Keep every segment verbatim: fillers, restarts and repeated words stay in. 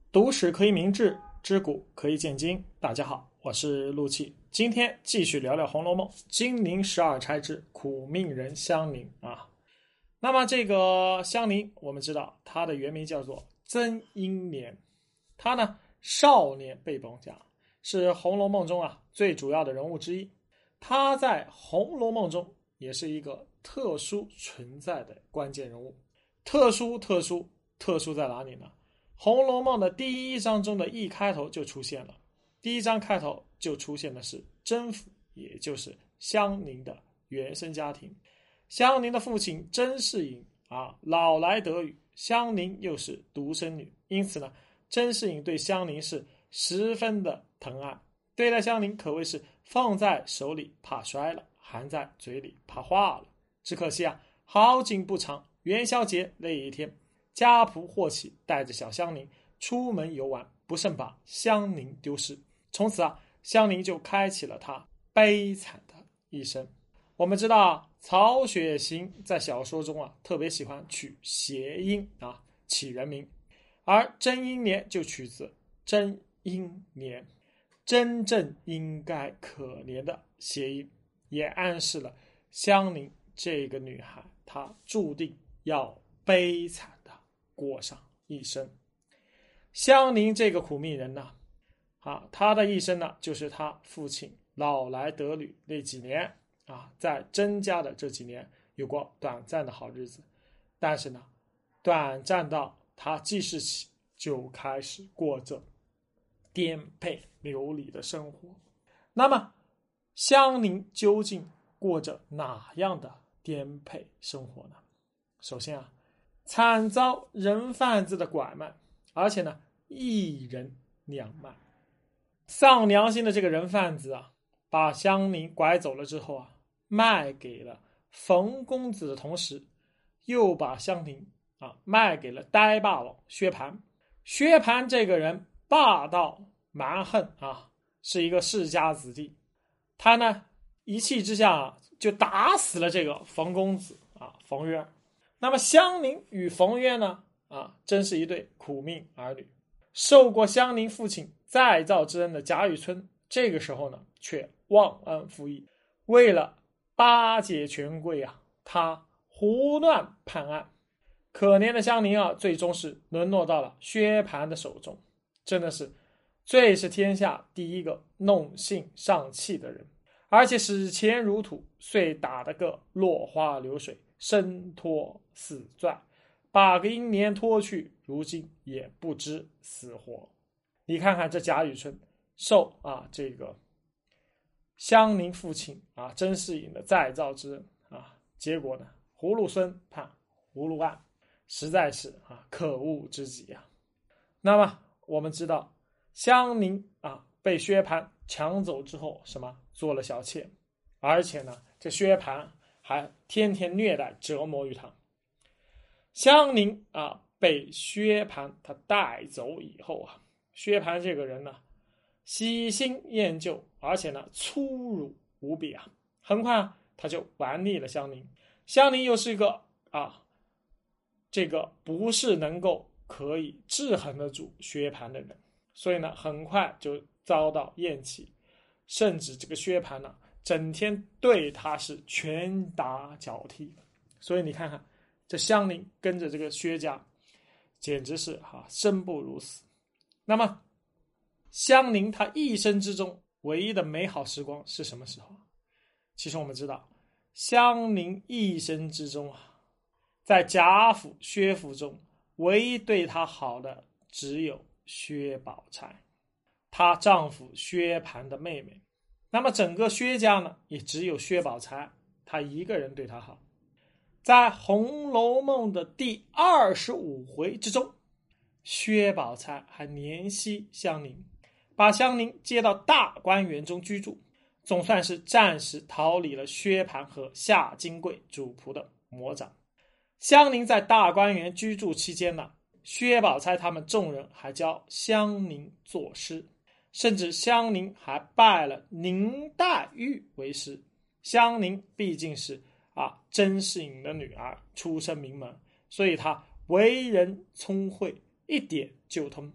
读史可以明志，知古可以鉴今。大家好，我是陆气，今天继续聊聊《红楼梦》金陵十二钗之苦命人香菱啊。那么这个香菱，我们知道她的原名叫做曾英年，她呢少年被绑架，是《红楼梦》中啊最主要的人物之一。她在《红楼梦》中也是一个特殊存在的关键人物。特殊特殊特殊在哪里呢？《红楼梦》的第一章中的一开头就出现了，第一章开头就出现的是甄府，也就是香菱的原生家庭。香菱的父亲甄士隐啊，老来得语，香菱又是独生女，因此呢，甄士隐对香菱是十分的疼爱，对待香菱可谓是放在手里怕摔了，含在嘴里怕化了。只可惜啊，好景不长，元宵节那一天，家仆霍启带着小香菱出门游玩，不慎把香菱丢失。从此啊，香菱就开启了她悲惨的一生。我们知道曹雪芹在小说中啊，特别喜欢取谐音啊，起人名，而甄英年就取自真英年，真正应该可怜的谐音，也暗示了香菱这个女孩她注定要悲惨的过上一生。香菱这个苦命人呢，啊，她的一生呢，就是她父亲老来得女那几年啊，在甄家的这几年有过短暂的好日子，但是呢，短暂到她记事起就开始过着颠沛流离的生活。那么，香菱究竟过着哪样的颠沛生活呢？首先啊，惨遭人贩子的拐卖，而且呢，一人两卖。丧良心的这个人贩子啊，把香菱拐走了之后啊，卖给了冯公子的同时，又把香菱啊卖给了呆霸王薛蟠。薛蟠这个人霸道蛮横啊，是一个世家子弟，他呢一气之下、啊、就打死了这个冯公子啊冯渊。那么香菱与冯渊呢啊，真是一对苦命儿女。受过香菱父亲再造之恩的贾雨村，这个时候呢却忘恩负义，为了巴结权贵啊，他胡乱判案。可怜的香菱啊，最终是沦落到了薛蟠的手中，真的是最是天下第一个弄性上气的人，而且视钱如土，遂打得个落花流水，身脱死拽，把个英年拖去，如今也不知死活。你看看这贾雨村受啊这个香菱父亲啊甄士隐的再造之恩啊，结果呢葫芦孙判葫芦案，实在是啊可恶之极啊。那么我们知道香菱啊被薛蟠抢走之后，什么做了小妾，而且呢这薛蟠还天天虐待折磨于他。香菱啊被薛蟠他带走以后啊，薛蟠这个人呢喜新厌旧，而且呢粗鲁无比啊，很快啊他就玩腻了香菱。香菱又是一个啊这个不是能够可以制衡得住薛蟠的人，所以呢很快就遭到厌弃，甚至这个薛蟠呢整天对他是拳打脚踢。所以你看看这香菱跟着这个薛家简直是哈、啊、生不如死。那么香菱她一生之中唯一的美好时光是什么时候？其实我们知道香菱一生之中啊，在贾府薛府中唯一对她好的只有薛宝钗，她丈夫薛蟠的妹妹。那么整个薛家呢，也只有薛宝钗她一个人对她好。在《红楼梦》的第二十五回之中，薛宝钗还怜惜香菱，把香菱接到大观园中居住，总算是暂时逃离了薛蟠和夏金桂主仆的魔掌。香菱在大观园居住期间呢，薛宝钗他们众人还教香菱作诗，甚至香菱还拜了林黛玉为师。香菱毕竟是啊甄士隐的女儿，出身名门，所以她为人聪慧，一点就通，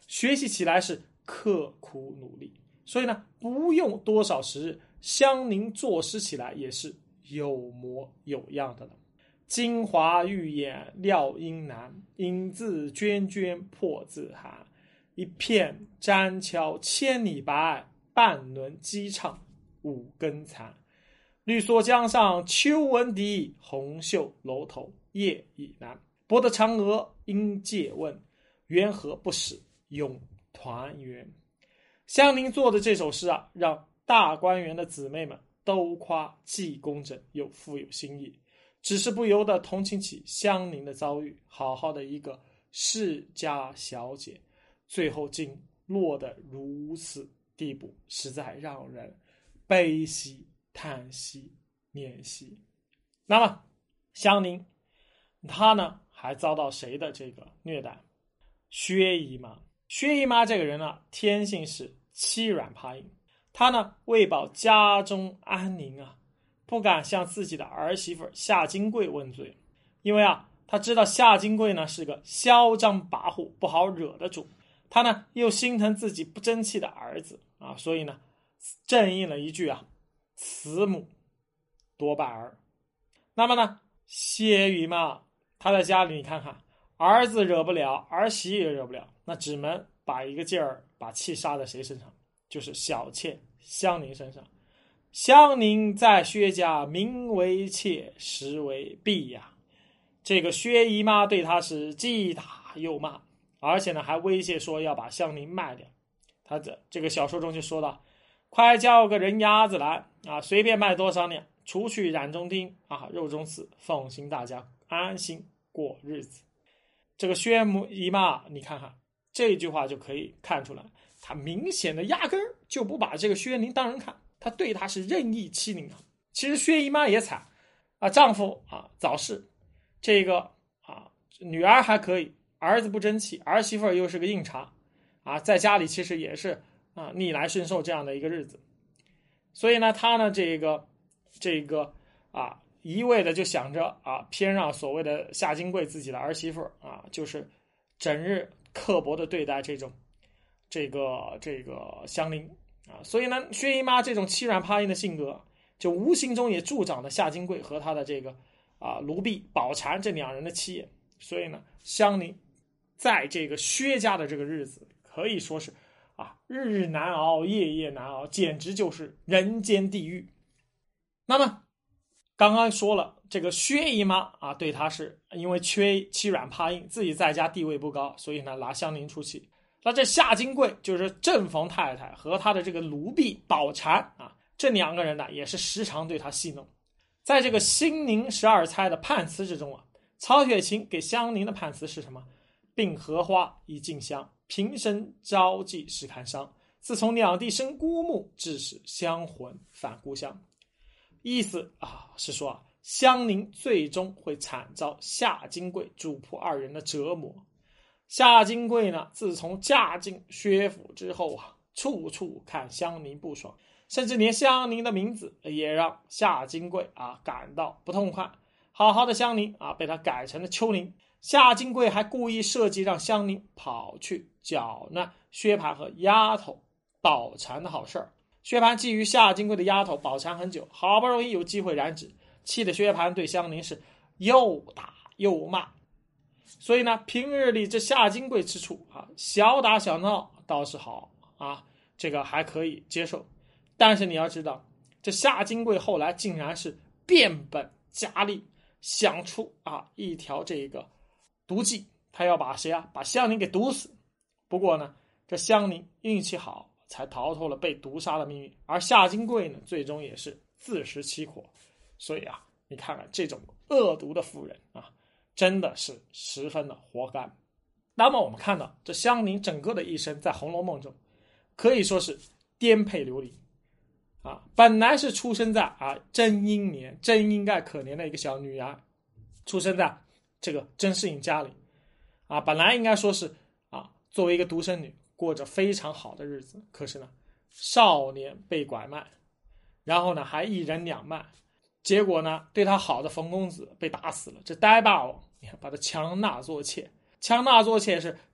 学习起来是刻苦努力，所以呢，不用多少时日，香凝作诗起来也是有模有样的了。精华欲掩料应难，引字涓涓破字寒。一片毡桥千里白，半轮机怅五更残。绿蓑江上秋闻笛，红袖楼头夜已难。博得嫦娥应借问，缘何不使永团圆。香凝做的这首诗啊，让大观园的姊妹们都夸既工整又富有新意，只是不由得同情起香凝的遭遇，好好的一个世家小姐，最后竟落得如此地步，实在让人悲惜叹息怜惜。那么香凝她呢还遭到谁的这个虐待？薛姨妈。薛姨妈这个人呢，天性是欺软怕硬，她呢为保家中安宁啊，不敢向自己的儿媳妇夏金桂问罪，因为啊，她知道夏金桂呢是个嚣张跋扈、不好惹的主，她呢又心疼自己不争气的儿子啊，所以呢正应了一句啊，慈母多败儿。那么呢，薛姨妈她在家里，你看看，儿子惹不了，儿媳也惹不了，那只能把一个劲儿把气撒在谁身上？就是小妾香凝身上。香凝在薛家名为妾，实为婢呀。这个薛姨妈对她是既打又骂，而且呢还威胁说要把香凝卖掉。他的这个小说中就说到，快叫个人鸭子来啊，随便卖多少两，除去染中钉啊，肉中刺，奉行大家安心过日子。这个薛姨妈，你看看这句话就可以看出来，她明显的压根儿就不把这个薛凝当人看，她对她是任意欺凌啊。其实薛姨妈也惨啊，丈夫啊早逝，这个啊女儿还可以，儿子不争气，儿媳妇又是个硬茬啊，在家里其实也是啊逆来顺受这样的一个日子。所以呢，她呢这个这个啊。一味的就想着啊，偏让所谓的夏金桂自己的儿媳妇啊，就是整日刻薄的对待这种这个这个香凝啊，所以呢，薛姨妈这种欺软怕硬的性格，就无形中也助长了夏金桂和他的这个啊奴婢宝蟾这两人的气焰。所以呢，香凝在这个薛家的这个日子，可以说是啊日日难熬，夜夜难熬，简直就是人间地狱。那么刚刚说了，这个薛姨妈啊，对她是因为缺欺软怕硬，自己在家地位不高，所以呢拿香凝出气。那这夏金桂就是正房太太和她的这个奴婢宝蟾啊，这两个人呢也是时常对她戏弄。在这个兴宁十二钗的判词之中啊，曹雪芹给香凝的判词是什么？并荷花已尽香，平生朝寄时堪伤。自从两地生孤木，致使香魂返故乡。意思啊是说啊，香凝最终会惨遭夏金桂主仆二人的折磨。夏金桂呢，自从嫁进薛府之后啊，处处看香凝不爽，甚至连香凝的名字也让夏金桂啊感到不痛快。好好的香凝啊，被他改成了秋凝。夏金桂还故意设计让香凝跑去搅乱薛蟠和丫头宝蟾的好事儿。薛蟠觊觎夏金桂的丫头宝蟾很久，好不容易有机会染指，气得薛蟠对香凝是又打又骂。所以呢，平日里这夏金桂之处啊，小打小闹倒是好啊，这个还可以接受。但是你要知道，这夏金桂后来竟然是变本加厉，想出啊一条这个毒计，他要把谁啊？把香凝给毒死。不过呢，这香凝运气好，才逃脱了被毒杀的命运，而夏金桂呢，最终也是自食其果。所以啊，你看看这种恶毒的妇人啊，真的是十分的活该。那么我们看到这香凝整个的一生在《红楼梦》中，可以说是颠沛流离啊。本来是出生在啊真英年、真应该可怜的一个小女孩，出生在这个甄士隐家里啊，本来应该说是啊作为一个独生女，过着非常好的日子。可是呢，少年被拐卖，然后呢还一人两卖，结果呢对他好的冯公子被打死了，这呆霸王把他强纳做妾，强纳做妾是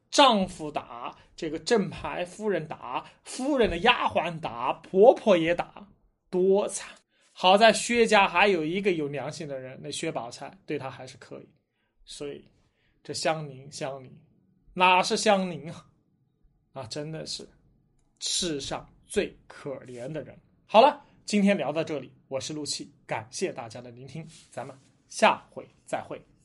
丈夫打，这个正牌夫人打，夫人的丫鬟打，婆婆也打，多惨！好在薛家还有一个有良心的人，那薛宝钗对他还是可以，所以这香菱香菱哪是香菱啊？啊，真的是世上最可怜的人。好了，今天聊到这里，我是陆琪，感谢大家的聆听，咱们下回再会。